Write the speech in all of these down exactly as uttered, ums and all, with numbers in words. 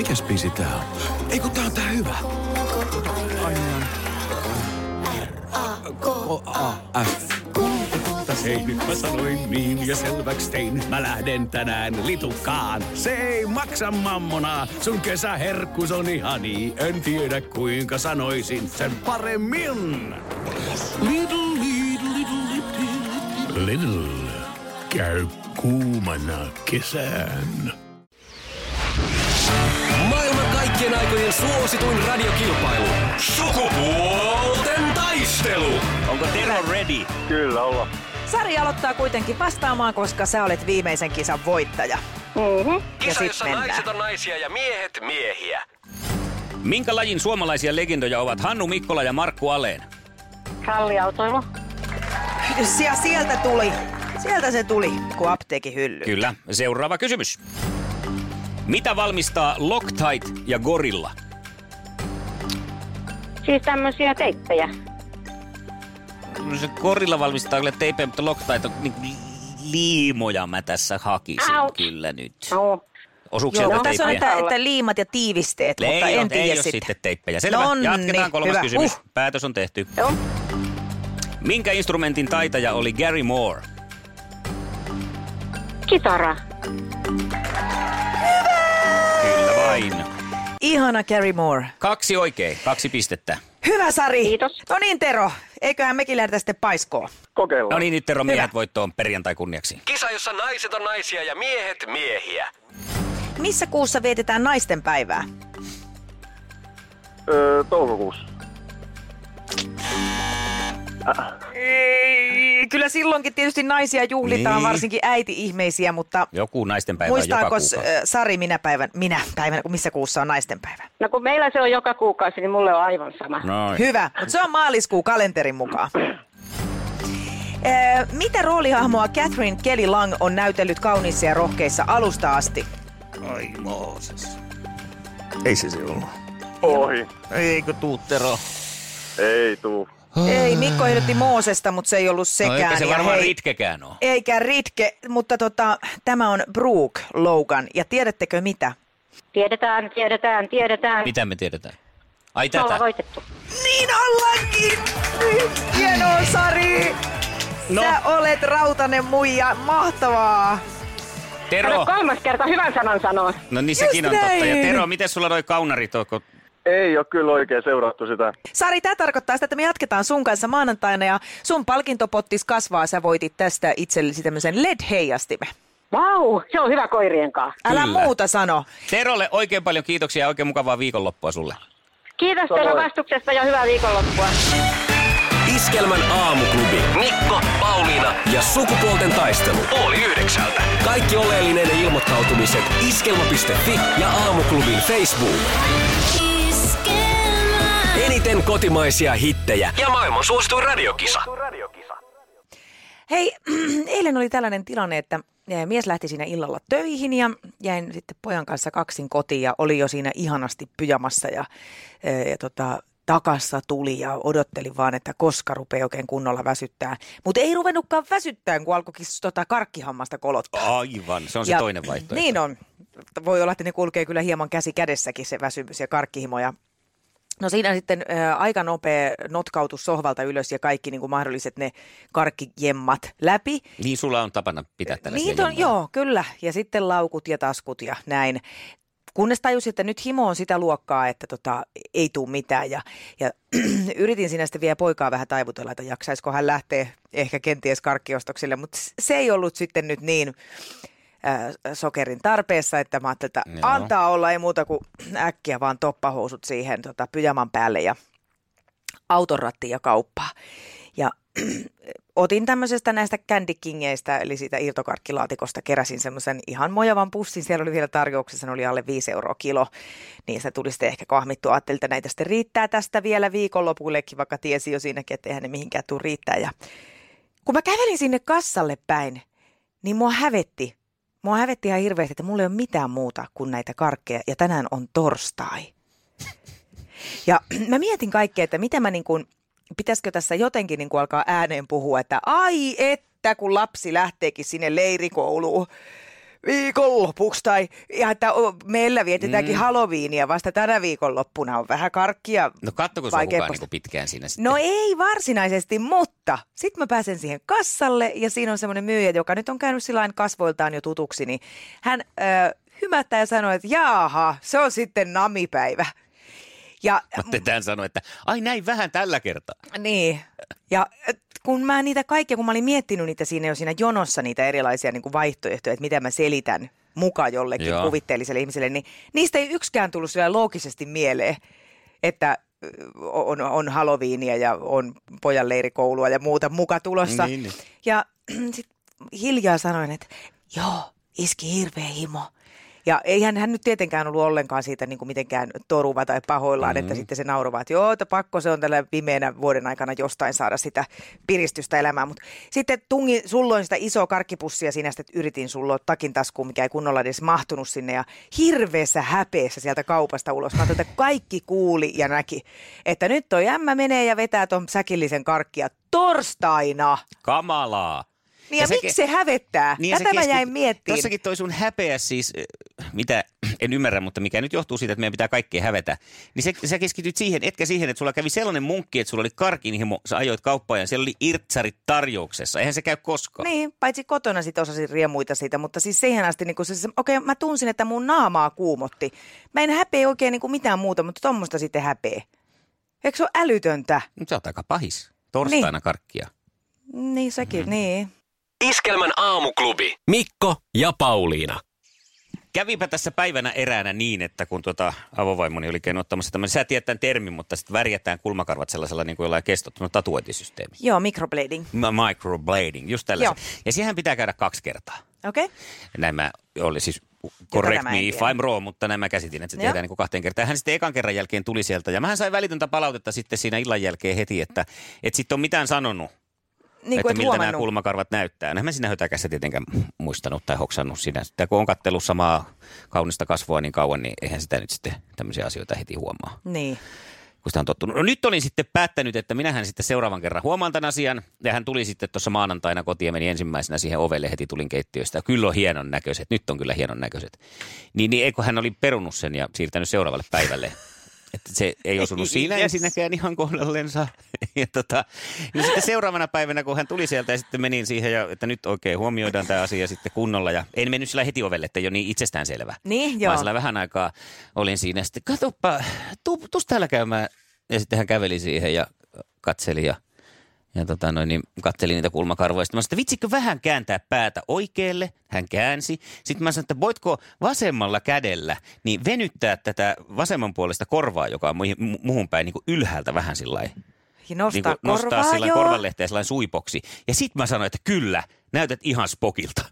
Mikäs biisi tää on? Ei kun tää on tää hyvä. R-A-K-A-F. Hei, nyt mä sanoin niin ja selväks tein. Mä lähden tänään litukaan. Se ei maksa mammonaa. Sun kesäherkkus on ihani. En tiedä kuinka sanoisin sen paremmin. Little, little, little, little. Little. Käy kuumana kesään. Maailman kaikkien aikojen suosituin radiokilpailu. Sukupuolten taistelu. Onko Tero ready? Kyllä ollaan. Sari aloittaa kuitenkin vastaamaan, koska sä olet viimeisen kisan voittaja. Mm-hmm. Kisa, jossa naiset on naisia ja miehet miehiä. Minkä lajin suomalaisia legendoja ovat Hannu Mikkola ja Markku Alén? Ralliautoilu. Ja sieltä tuli. Sieltä se tuli, kun apteekin hylly. Kyllä. Seuraava kysymys. Mitä valmistaa Loctite ja Gorilla? Siis tämmösiä teippejä. No se Gorilla valmistaa kyllä teipejä, mutta Loctite on niin liimoja mä tässä hakisin Au. kyllä nyt. No. Osuuko Joo, sieltä tässä on, teippiä? että, että liimat ja tiivisteet, Ei mutta ole, en tiedä ei ole sitten. sitten teippejä. Selvä, Nonni, jatketaan kolmas hyvä. kysymys. Uh. Päätös on tehty. Joo. Minkä instrumentin taitaja oli Gary Moore? Kitara. Kyllä vain. Ihana Gary Moore. Kaksi oikein, kaksi pistettä. Hyvä Sari. Kiitos. No niin Tero, eiköhän mekin lähdetä sitten paiskoon. Kokeillaan. No niin, nyt Tero, miehet Hyvä. voittoon perjantai kunniaksi. Kisa, jossa naiset on naisia ja miehet miehiä. Missä kuussa vietetään naisten päivää? Öö, toukokuussa. Ei, kyllä silloinkin tietysti naisia juhlitaan, Niin. varsinkin äiti-ihmeisiä, mutta Joku naisten päivä on joka muistaako kuukausi. Sari minä päivän, minä päivänä, missä kuussa on naisten päivä? No kun meillä se on joka kuukausi, niin mulle on aivan sama. Noin. Hyvä, mutta se on maaliskuu kalenterin mukaan. Ee, mitä roolihahmoa Catherine Kelly Lang on näytellyt Kauniissa ja rohkeissa alusta asti? Ai Mooses. Ei se se ollut. Ohi. Eikö tuu, Tero? Ei tuu. Ei, Mikko ehdotti Moosesta, mutta se ei ollut No sekään. eikä se ja varmaan hei, Ritkekään ole. Eikä Ritke, mutta tota, tämä on Brooke Logan. Ja tiedättekö mitä? Tiedetään, tiedetään, tiedetään. Mitä me tiedetään? Ai Me ollaan tätä? voitettu. Niin ollaankin! Hienoa, Sari! No. Sä olet rautanen muija, mahtavaa! Tero! Kato kolmas kerta hyvän sanan sanoa. No niin sekin on Just totta. Ja näin. Tero, miten sulla noi kaunarit on? Ei ole kyllä oikein seurattu sitä. Sari, tämä tarkoittaa sitä, että me jatketaan sun kanssa maanantaina ja sun palkintopottis kasvaa. Sä voitit tästä itsellesi tämmöisen L E D-heijastimen. Vau, se on hyvä koirien kanssa. Älä Kyllä. muuta sano. Terolle oikein paljon kiitoksia ja oikein mukavaa viikonloppua sulle. Kiitos teidän vastuksesta ja hyvää viikonloppua. Iskelmän aamuklubi. Mikko, Pauliina ja sukupuolten taistelu. Oli yhdeksältä. Kaikki oleellinen ilmoittautumiset iskelma piste fi ja aamuklubin Facebook. Eniten kotimaisia hittejä ja maailman suosituin radiokisa. Hei, eilen oli tällainen tilanne, että mies lähti siinä illalla töihin ja jäin sitten pojan kanssa kaksin kotiin ja oli jo siinä ihanasti pyjamassa ja, ja tota, takassa tuli ja odottelin vaan, että koska rupeaa oikein kunnolla väsyttää. Mutta ei ruvennutkaan väsyttää, kun alkoikin tota karkkihammasta kolottaa. Aivan, se on se Ja toinen vaihtoehto. Niin on. Voi olla, että ne kulkee kyllä hieman käsi kädessäkin se väsymys ja karkkihimo. Ja no siinä sitten ä, aika nopea notkautus sohvalta ylös ja kaikki niin kuin mahdolliset ne karkkijemmat läpi. Niin sulla on tapana pitää tällaisia Niin on, jemmoja. joo, kyllä. Ja sitten laukut ja taskut ja näin. Kunnes tajusin, että nyt himo on sitä luokkaa, että tota, ei tule mitään. Ja, ja yritin siinä sitten vielä poikaa vähän taivutella, että jaksaisiko hän lähteä ehkä kenties karkkiostoksille. Mutta se ei ollut sitten nyt niin äh, sokerin tarpeessa, että mä ajattelin, että Joo. antaa olla, ei muuta kuin äkkiä vaan toppahousut siihen tota, pyjaman päälle ja auton rattiin ja kauppaa. Ja otin tämmöisestä näistä Candy Kingeistä, eli siitä irtokarkkilaatikosta, keräsin semmoisen ihan mojavan pussin. Siellä oli vielä tarjouksessa, ne oli alle viisi euroa kilo. Niin se tuli sitten ehkä kahmittua. Ajattelin, että näitä sitten riittää tästä vielä viikonlopullekin, vaikka tiesi jo siinäkin, että eihän ne mihinkään tule riittää. Ja kun mä kävelin sinne kassalle päin, niin mua hävetti. Mua hävetti ihan hirveästi, että mulla ei ole mitään muuta kuin näitä karkkeja. Ja tänään on torstai. Ja mä mietin kaikkea, että miten mä niin kuin, pitäisikö tässä jotenkin niin kuin alkaa ääneen puhua, että ai että kun lapsi lähteekin sinne leirikouluun viikonlopuksi tai ja että meillä vietetäänkin mm. Halloweenia vasta tänä viikonloppuna on vähän karkkia. No kattoko se mukaan niin pitkään siinä sitten? No ei varsinaisesti, mutta sitten mä pääsen siihen kassalle ja siinä on semmoinen myyjä, joka nyt on käynyt sillain kasvoiltaan jo tutuksi, niin hän ö, hymättää ja sanoo, että jaaha, se on sitten namipäivä. Ja Hän sanoi, että ai näin vähän tällä kertaa. Niin, ja kun mä niitä kaikkia, kun mä olin miettinyt niitä siinä jo siinä jonossa, niitä erilaisia niin kuin vaihtoehtoja, että mitä mä selitän mukaan jollekin Joo. kuvitteelliselle ihmiselle, niin niistä ei yksikään tullut sillä loogisesti mieleen, että on, on Halloweenia ja on pojan leirikoulua ja muuta muka tulossa. Niin, niin. Ja sitten hiljaa sanoin, että joo, iski hirveä himo. Ja eihän hän nyt tietenkään ollut ollenkaan siitä niin kuin mitenkään toruva tai pahoillaan, mm-hmm. että sitten se nauruvaa, että joo, että pakko se on tällä pimeänä vuoden aikana jostain saada sitä piristystä elämään. Mutta sitten tungin sulloin sitä isoa karkkipussia siinä, että yritin sulloa takin taskuun, mikä ei kunnolla edes mahtunut sinne. Ja hirveässä häpeessä sieltä kaupasta ulos. Mä ajattelin, että kaikki kuuli ja näki, että nyt toi ämmä menee ja vetää ton säkillisen karkkia torstaina. Kamalaa. Niin ja, ja miksi se hävettää? Niin Tätä mä keskit... jäin miettimään. Tossakin toi sun häpeä siis, mitä en ymmärrä, mutta mikä nyt johtuu siitä, että meidän pitää kaikkea hävetä. Niin se, sä keskityt siihen, etkä siihen, että sulla kävi sellainen munkki, että sulla oli karkinhimo, sä ajoit kauppaan ja siellä oli irtsarit tarjouksessa. Eihän se käy koskaan. Niin, paitsi kotona sit osasin riemuita siitä, mutta siis siihen asti, niin se, okei, okay, mä tunsin, että mun naamaa kuumotti. Mä en häpeä oikein niin kuin mitään muuta, mutta tommoista sitten häpeä. Eikö se ole älytöntä? Nyt sä oot aika pahis. Torstaina niin. Karkkia. Niin, sekin, mm. niin. Iskelmän aamuklubi. Mikko ja Pauliina. Kävipä tässä päivänä eräänä niin, että kun tuota avovaimoni oli käynyt ottamassa tämmöinen, sä tiedät tämän termin, mutta sitten värjätään kulmakarvat sellaisella niin kuin jollain kestottunut tatuointisysteemi. Joo, microblading. M- microblading, just tällaisen. Joo. Ja siihen pitää käydä kaksi kertaa. Okei. Okay. Näin mä oli siis, correct me if I'm wrong, mutta näin mä käsitin, että se tehdään niin kuin kahteen kertaan. Hän sitten ekan kerran jälkeen tuli sieltä ja mähän sain välitöntä palautetta sitten siinä illan jälkeen heti, että et sitten on mitään sanonut. Niin että miltä huomannut. Nämä kulmakarvat näyttää. En mä siinä hötäkässä tietenkään muistanut tai hoksannut siinä. Sitten kun on katsellut samaa kaunista kasvua niin kauan, niin eihän sitä nyt sitten tämmöisiä asioita heti huomaa. Niin. Kun sitä on tottunut. No nyt olin sitten päättänyt, että minähän sitten seuraavan kerran huomaan tämän asian. Ja hän tuli sitten tuossa maanantaina kotiin ja meni ensimmäisenä siihen ovelle, heti tulin keittiöstä. Kyllä on hienon näköiset, nyt on kyllä hienon näköiset. Niin, niin eikö hän oli perunut sen ja siirtänyt seuraavalle päivälle. Että se ei osunut siinä ensinnäkään ihan kohdallensa. Ja, tota, ja sitten seuraavana päivänä, kun hän tuli sieltä ja sitten menin siihen, ja, että nyt oikein huomioidaan tämä asia sitten kunnolla. Ja en mennyt sillä heti ovelle, että ei ole niin itsestäänselvä. Niin, joo. Vaan sillä vähän aikaa olin siinä. Sitten katsoppa, tuu, tuus täällä käymään. Ja sitten hän käveli siihen ja katseli ja, ja tota noin, niin katseli niitä kulmakarvoja. Sitten mä sanoin, että vitsikö vähän kääntää päätä oikealle. Hän käänsi. Sitten mä sanoin, että voitko vasemmalla kädellä niin venyttää tätä vasemmanpuolista korvaa, joka on muhun päin niin kuin ylhäältä vähän sillain. Nostaa niin korvaa, nostaa sillä joo. korvanlehteä sellainen suipoksi. Ja sitten mä sanoin, että kyllä, näytät ihan Spokilta.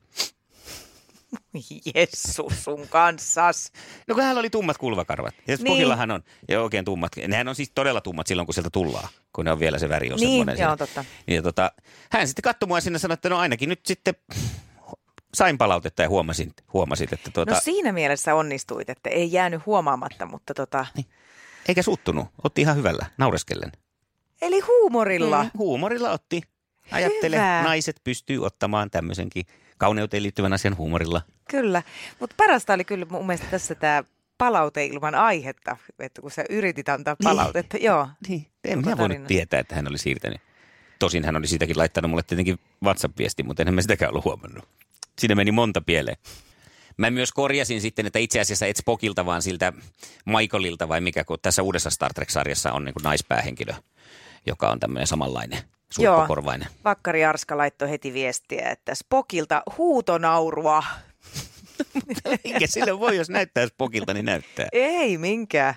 Jessus sun kanssas. No kun hänellä oli tummat kulvakarvat. Ja Spokillahan niin. on ja oikein tummat. Nehän on siis todella tummat silloin, kun sieltä tullaan. Kun ne on vielä se väri on niin, semmoinen. Joo, totta. Ja tota, hän sitten katsoi mua sinne ja sanoi, että no ainakin nyt sitten sain palautetta ja huomasin, huomasit, että tuota... No siinä mielessä onnistuit, että ei jäänyt huomaamatta, mutta tota... Niin. Eikä suuttunut. Otti ihan hyvällä, naureskellen. Eli huumorilla. Mm, huumorilla otti. Ajattele, hyvä. Naiset pystyy ottamaan tämmöisenkin kauneuteen liittyvän asian huumorilla. Kyllä, mutta parasta oli kyllä mun mielestä tässä tämä palaute ilman aihetta, että kun sä yritit antaa palautetta. Niin. Joo. Niin. En mä voinut tietää, että hän oli siirtänyt. Tosin hän oli siitäkin laittanut mulle tietenkin WhatsApp-viesti, mutta enhän mä sitäkään ollut huomannut. Siinä meni monta pieleen. Mä myös korjasin sitten, että itse asiassa et Spokilta, vaan siltä Michaelilta vai mikä, kun tässä uudessa Star Trek-sarjassa on niin kuin naispäähenkilö, joka on tämmöinen samanlainen. Joo, Vakkari Arska laittoi heti viestiä, että Spokilta huutonaurua. Minkä sille voi, jos näyttää Spokilta, niin näyttää. Ei minkään.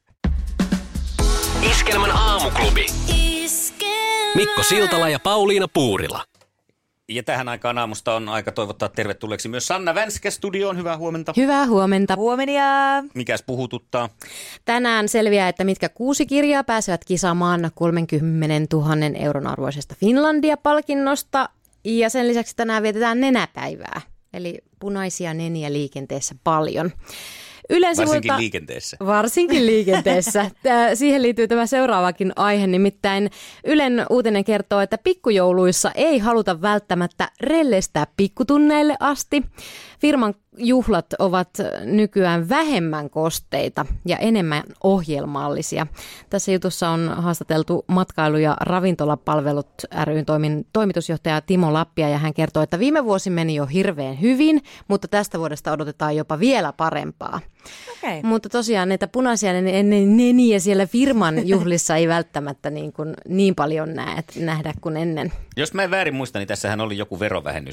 Iskelmän aamuklubi. Mikko Siltala ja Pauliina Puurila. Ja tähän aikaan aamusta on aika toivottaa tervetulleeksi myös Sanna Vänskä studioon. Hyvää huomenta. Hyvää huomenta. Huomenia. Mikäs puhututtaa? Tänään selviää, että mitkä kuusi kirjaa pääsevät kisaamaan kolmekymmentätuhatta euron arvoisesta Finlandia-palkinnosta. Ja sen lisäksi tänään vietetään nenäpäivää. Eli punaisia neniä liikenteessä paljon. Ylen Varsinkin sivuilta, liikenteessä. Varsinkin liikenteessä. Tää, siihen liittyy tämä seuraavakin aihe, nimittäin Ylen uutinen kertoo, että pikkujouluissa ei haluta välttämättä rellestää pikkutunneille asti. Firman juhlat ovat nykyään vähemmän kosteita ja enemmän ohjelmallisia. Tässä jutussa on haastateltu matkailu- ja ravintolapalvelut ry:n toimin, toimitusjohtaja Timo Lappia ja hän kertoo, että viime vuosi meni jo hirveän hyvin, mutta tästä vuodesta odotetaan jopa vielä parempaa. Okay. Mutta tosiaan näitä punaisia neniä siellä firman juhlissa ei välttämättä niin, kuin niin paljon näe, nähdä kuin ennen. Jos mä en väärin muista, niin tässähän oli joku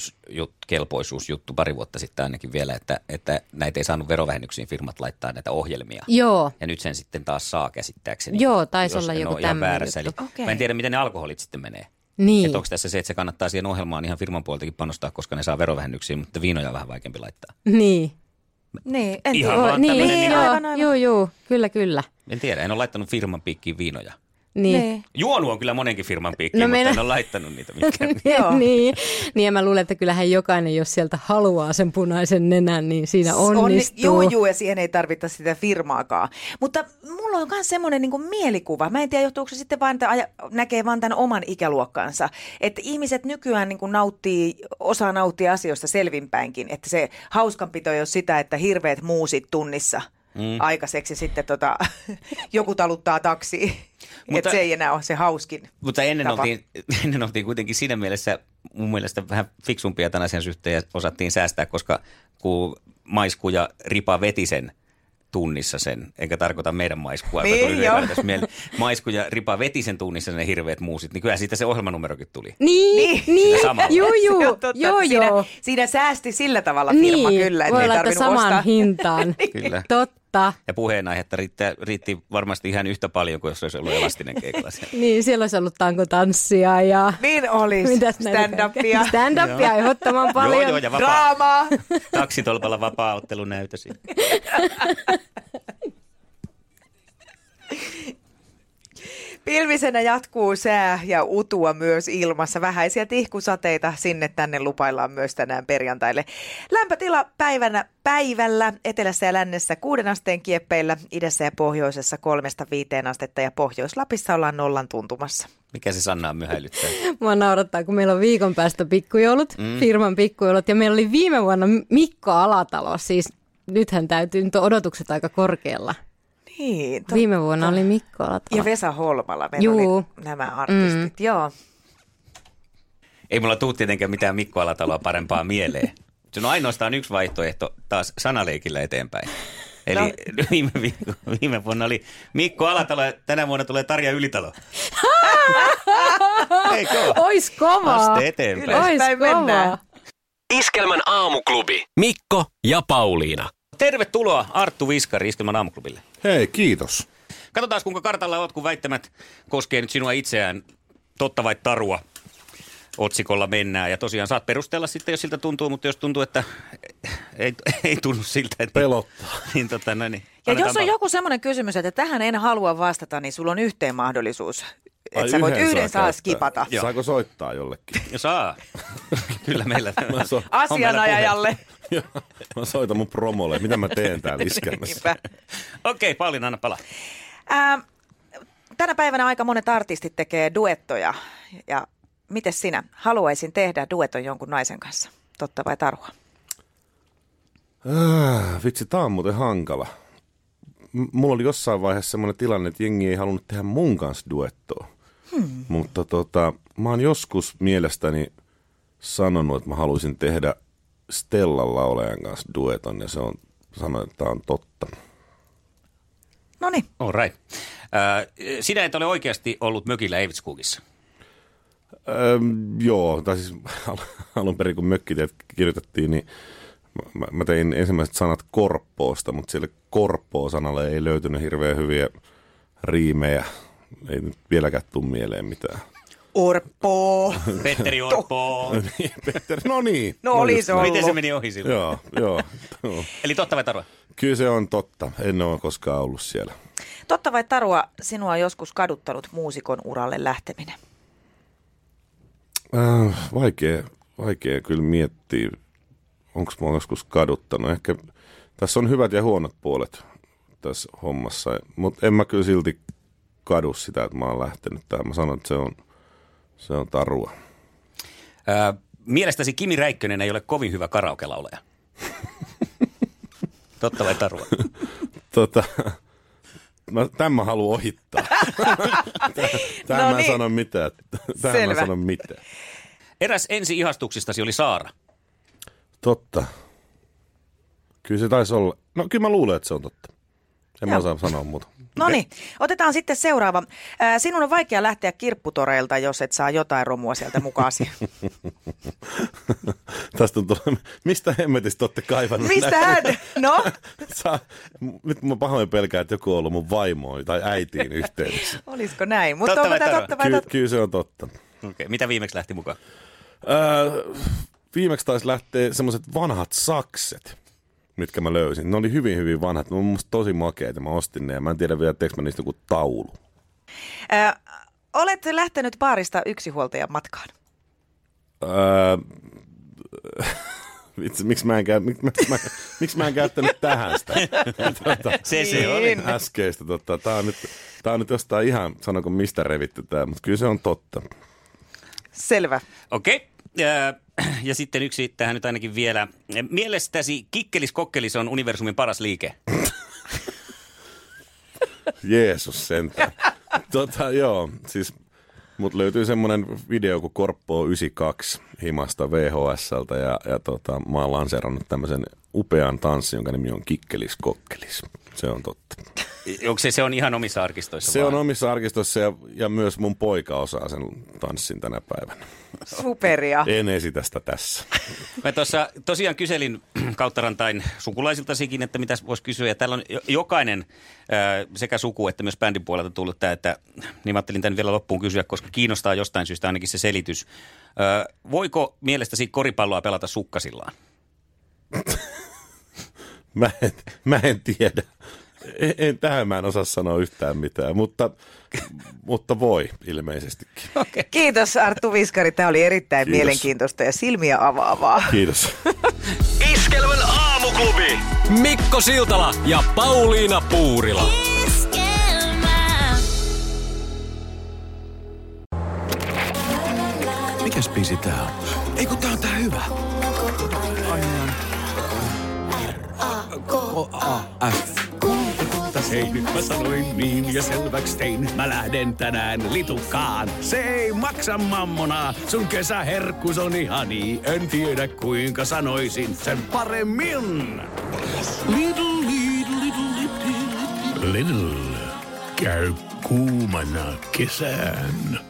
verovähennyskelpoisuusjuttu pari vuotta sitten ainakin vielä, että, että näitä ei saanut verovähennyksiin firmat laittaa näitä ohjelmia. Joo. Ja nyt sen sitten taas saa käsittääkseni. Joo, taisi olla joku tämmöinen juttu. Okay. Mä en tiedä, miten ne alkoholit sitten menee. Niin. Että onko tässä se, että se kannattaa siihen ohjelmaan ihan firman puoleltakin panostaa, koska ne saa verovähennyksiin, mutta viinoja on vähän vaikeampi laittaa. Niin. Niin, en ihan vaan niin, tämmöinen. Niin, joo, joo, joo, kyllä, kyllä. En tiedä, en ole laittanut firman piikkiin viinoja. Niin. niin. Juonu on kyllä monenkin firman piikkiin, no, mutta meina... en ole laittanut niitä mitkään. niin, niin, ja mä luulen, että kyllähän jokainen, jos sieltä haluaa sen punaisen nenän, niin siinä onnistuu. Joo, joo, ja siihen ei tarvita sitä firmaakaan. Mutta mulla on myös semmoinen niin kuin mielikuva. Mä en tiedä, johtuuko se sitten vain, että näkee vaan tämän oman ikäluokkansa. Että ihmiset nykyään niin kuin nauttii, osaa nauttia asioista selvinpäinkin. Että se hauskanpito ei ole sitä, että hirveät muusit tunnissa. Mm. aikaiseksi sitten tota, joku taluttaa taksiin. Että se ei enää ole se hauskin Mutta ennen tapa. oltiin, ennen oltiin kuitenkin siinä mielessä mun mielestä vähän fiksumpia tämän asian suhteen ja osattiin säästää, koska kun Maisku ja Ripa veti sen tunnissa sen, enkä tarkoita meidän Maiskua, niin, Maisku ja Ripa veti sen tunnissa ne hirveät muusit, niin kyllä siitä se ohjelmanumerokin tuli. Niin, niin, joo, joo, joo, joo. Siinä, siinä säästi sillä tavalla firma niin, kyllä, että ei tarvinnut saman ostaa. hintaan. Kyllä. Totta. Ja puheenaihetta riitti, riitti varmasti ihan yhtä paljon kuin jos olisi ollut elastinen keikalla. Niin, siellä olisi ollut tankotanssia ja... Niin olisi, stand-upia. Stand-upia ehdottoman paljon. Joo, joo, ja vapaa, draamaa. Taksitolpalla vapaa-ottelunäytösi. Pilvisenä jatkuu sää ja utua myös ilmassa. Vähäisiä tihkusateita sinne tänne lupaillaan myös tänään perjantaille. Lämpötila päivänä päivällä etelässä ja lännessä kuuden asteen kieppeillä, idässä ja pohjoisessa kolmesta viiteen astetta ja Pohjois-Lapissa ollaan nollan tuntumassa. Mikä se Sannaa myhäilyttää? Mua naurattaa, kun meillä on viikon päästä pikkujoulut, mm. firman pikkujoulut ja meillä oli viime vuonna Mikko Alatalo, siis nythän täytyy, nyt on odotukset aika korkealla. Niin, totta. Viime vuonna oli Mikko Alatalo. Ja Vesa Holmala, meillä Juu. oli nämä artistit, mm. joo. Ei mulla tuu tietenkään mitään Mikko Alataloa parempaa mieleen. Se on ainoastaan yksi vaihtoehto taas sanaleikillä eteenpäin. Eli no. viime, viikko, viime vuonna oli Mikko Alatalo ja tänä vuonna tulee Tarja Ylitalo. Eikö? Ois kova. Aste eteenpäin. Ois kova. Iskelmän aamuklubi. Mikko ja Pauliina. Tervetuloa Arttu Viskari Iskelmän aamuklubille. Hei, kiitos. Katsotaan kuinka kartalla oot, kun väittämät koskee nyt sinua itseään. Totta vai tarua otsikolla mennään. Ja tosiaan saat perustella sitten, jos siltä tuntuu, mutta jos tuntuu, että ei, ei tunnu siltä. Että pelottaa. Niin, tota, no niin, ja jos on joku semmoinen kysymys, että tähän en halua vastata, niin sulla on yhteen mahdollisuus. Ai, että sä voit yhden yhden saa saa skipata. Joo. Saako soittaa jollekin? Ja saa. Kyllä meillä. So- Asianajajalle. Mä soitan mun promolle. Mitä mä teen täällä Iskelmässä? Okei, okay, Pauliina, anna palaa. Ää, tänä päivänä aika monet artistit tekee duettoja. Ja miten sinä? Haluaisin tehdä dueton jonkun naisen kanssa. Totta vai tarua? Äh, vitsi, tää on muuten hankala. M- mulla oli jossain vaiheessa semmoinen tilanne, että jengi ei halunnut tehdä mun kanssa duettoa. Hmm. Mutta tota, mä oon joskus mielestäni sanonut, että mä haluaisin tehdä Stellan laulajan kanssa dueton, ja se on sanonut, että tää on totta. Noniin. All right. Äh, sinä et ole oikeasti ollut mökillä Eivitskoogissa. Öö, joo, tai siis alun perin kun mökkiteet kirjoitettiin, niin mä, mä tein ensimmäiset sanat korppoosta, mutta sille korppoo-sanalle ei löytynyt hirveän hyviä riimejä. Ei nyt vieläkään tule mieleen mitään. Orpo. Petteri Orpo. Petteri, no niin. No oli se ollut. Miten se meni ohi silloin? Joo, joo. joo. Eli totta vai tarua? Kyllä se on totta. En ole koskaan ollut siellä. Totta vai tarua, sinua on joskus kaduttanut muusikon uralle lähteminen? Äh, vaikea, vaikea kyllä miettiä, onko mä joskus kaduttanut. Ehkä tässä on hyvät ja huonot puolet tässä hommassa, mutta en mä kyllä silti kadu sitä, että mä oon lähtenyt tähän. Mä sanon, että se on, se on tarua. Ää, mielestäsi Kimi Räikkönen ei ole kovin hyvä karaoke-laulaja. Totta vai tarua? tota, mä, tämän mä haluan ohittaa. Tähän no mä en niin. sano mitään. Tähän Selvä. mä sanon mitään. Eräs ensi-ihastuksistasi oli Saara. Totta. Kyllä se taisi olla. No kyllä mä luulen, että se on totta. En mä osaa sanoa muuta. No niin, otetaan sitten seuraava. Ää, sinun on vaikea lähteä kirpputoreilta, jos et saa jotain romua sieltä mukaasi. Tästä on tullut, mistä hemmetistä olette kaivannut? Mistä hän? No? Saa, nyt mä pahoin pelkään, että joku on ollut mun vaimoon tai äitiin yhteydessä. Olisiko näin? Mutta Totta onko vai tämä tarua? totta vai Ky- totta? kyllä se on totta. Okay. Mitä viimeksi lähti mukaan? Öö, viimeksi taisi lähteä semmoiset vanhat sakset, mitkä mä löysin. Ne oli hyvin, hyvin vanhat. Ne on musta tosi makeita. Mä ostin ne ja mä en tiedä vielä, teekö mä niistä joku taulu. Ää, olet lähtenyt baarista yksinhuoltajan matkaan. Öö, vitsi, miksi mä en, käy, miksi mä, mä, miksi mä en käyttänyt tähän sitä? Tota, Se se oli. äskeistä. Tota, tää, on nyt, tää on nyt jostain ihan, sanonko mistä revitty tää, mutta kyllä se on totta. Selvä. Okei. Okay. Ja sitten yksi tähän nyt ainakin vielä. Mielestäsi Kikkelis Kokkelis on universumin paras liike? Jeesus sentään. tota, joo, siis mut löytyy semmoinen video kuin Korppoo yhdeksänkymmentäkaksi himasta V H S:ltä ja, ja tota, mä oon lanseerannut tämmöisen upean tanssin, jonka nimi on Kikkelis Kokkelis. Se on totta. Onko se, se on ihan omissa arkistoissa? Se vaan? on omissa arkistoissa ja, ja myös mun poika osaa sen tanssin tänä päivänä. Superia. En esitä sitä tässä. Mä tuossa tosiaan kyselin Kauttarantain sukulaisiltasikin, että mitä voisi kysyä. Ja täällä on jokainen äh, sekä suku että myös bändin puolelta tullut tämä, että niin mä ajattelin tämän vielä loppuun kysyä, koska kiinnostaa jostain syystä ainakin se selitys. Äh, voiko mielestäsi koripalloa pelata sukkasillaan? Mä en, mä en tiedä. En, en, tähän mä en osaa sanoa yhtään mitään, mutta, mutta voi ilmeisestikin. Okay. Kiitos Arttu Viskari, tämä oli erittäin Kiitos. mielenkiintoista ja silmiä avaavaa. Kiitos. Iskelmän aamuklubi. Mikko Siltala ja Pauliina Puurila. Mikäs biisi tää on? Ei kun tää on tää hyvä. Hei, nyt mä sanoin niin ja selväks tein. Mä lähden tänään litukaan. Se ei maksa mammona. Sun kesäherkkus on ihani. En tiedä kuinka sanoisin sen paremmin. Lidl, Lidl, Lidl, Lidl. Lidl. Käy kuumana kesään.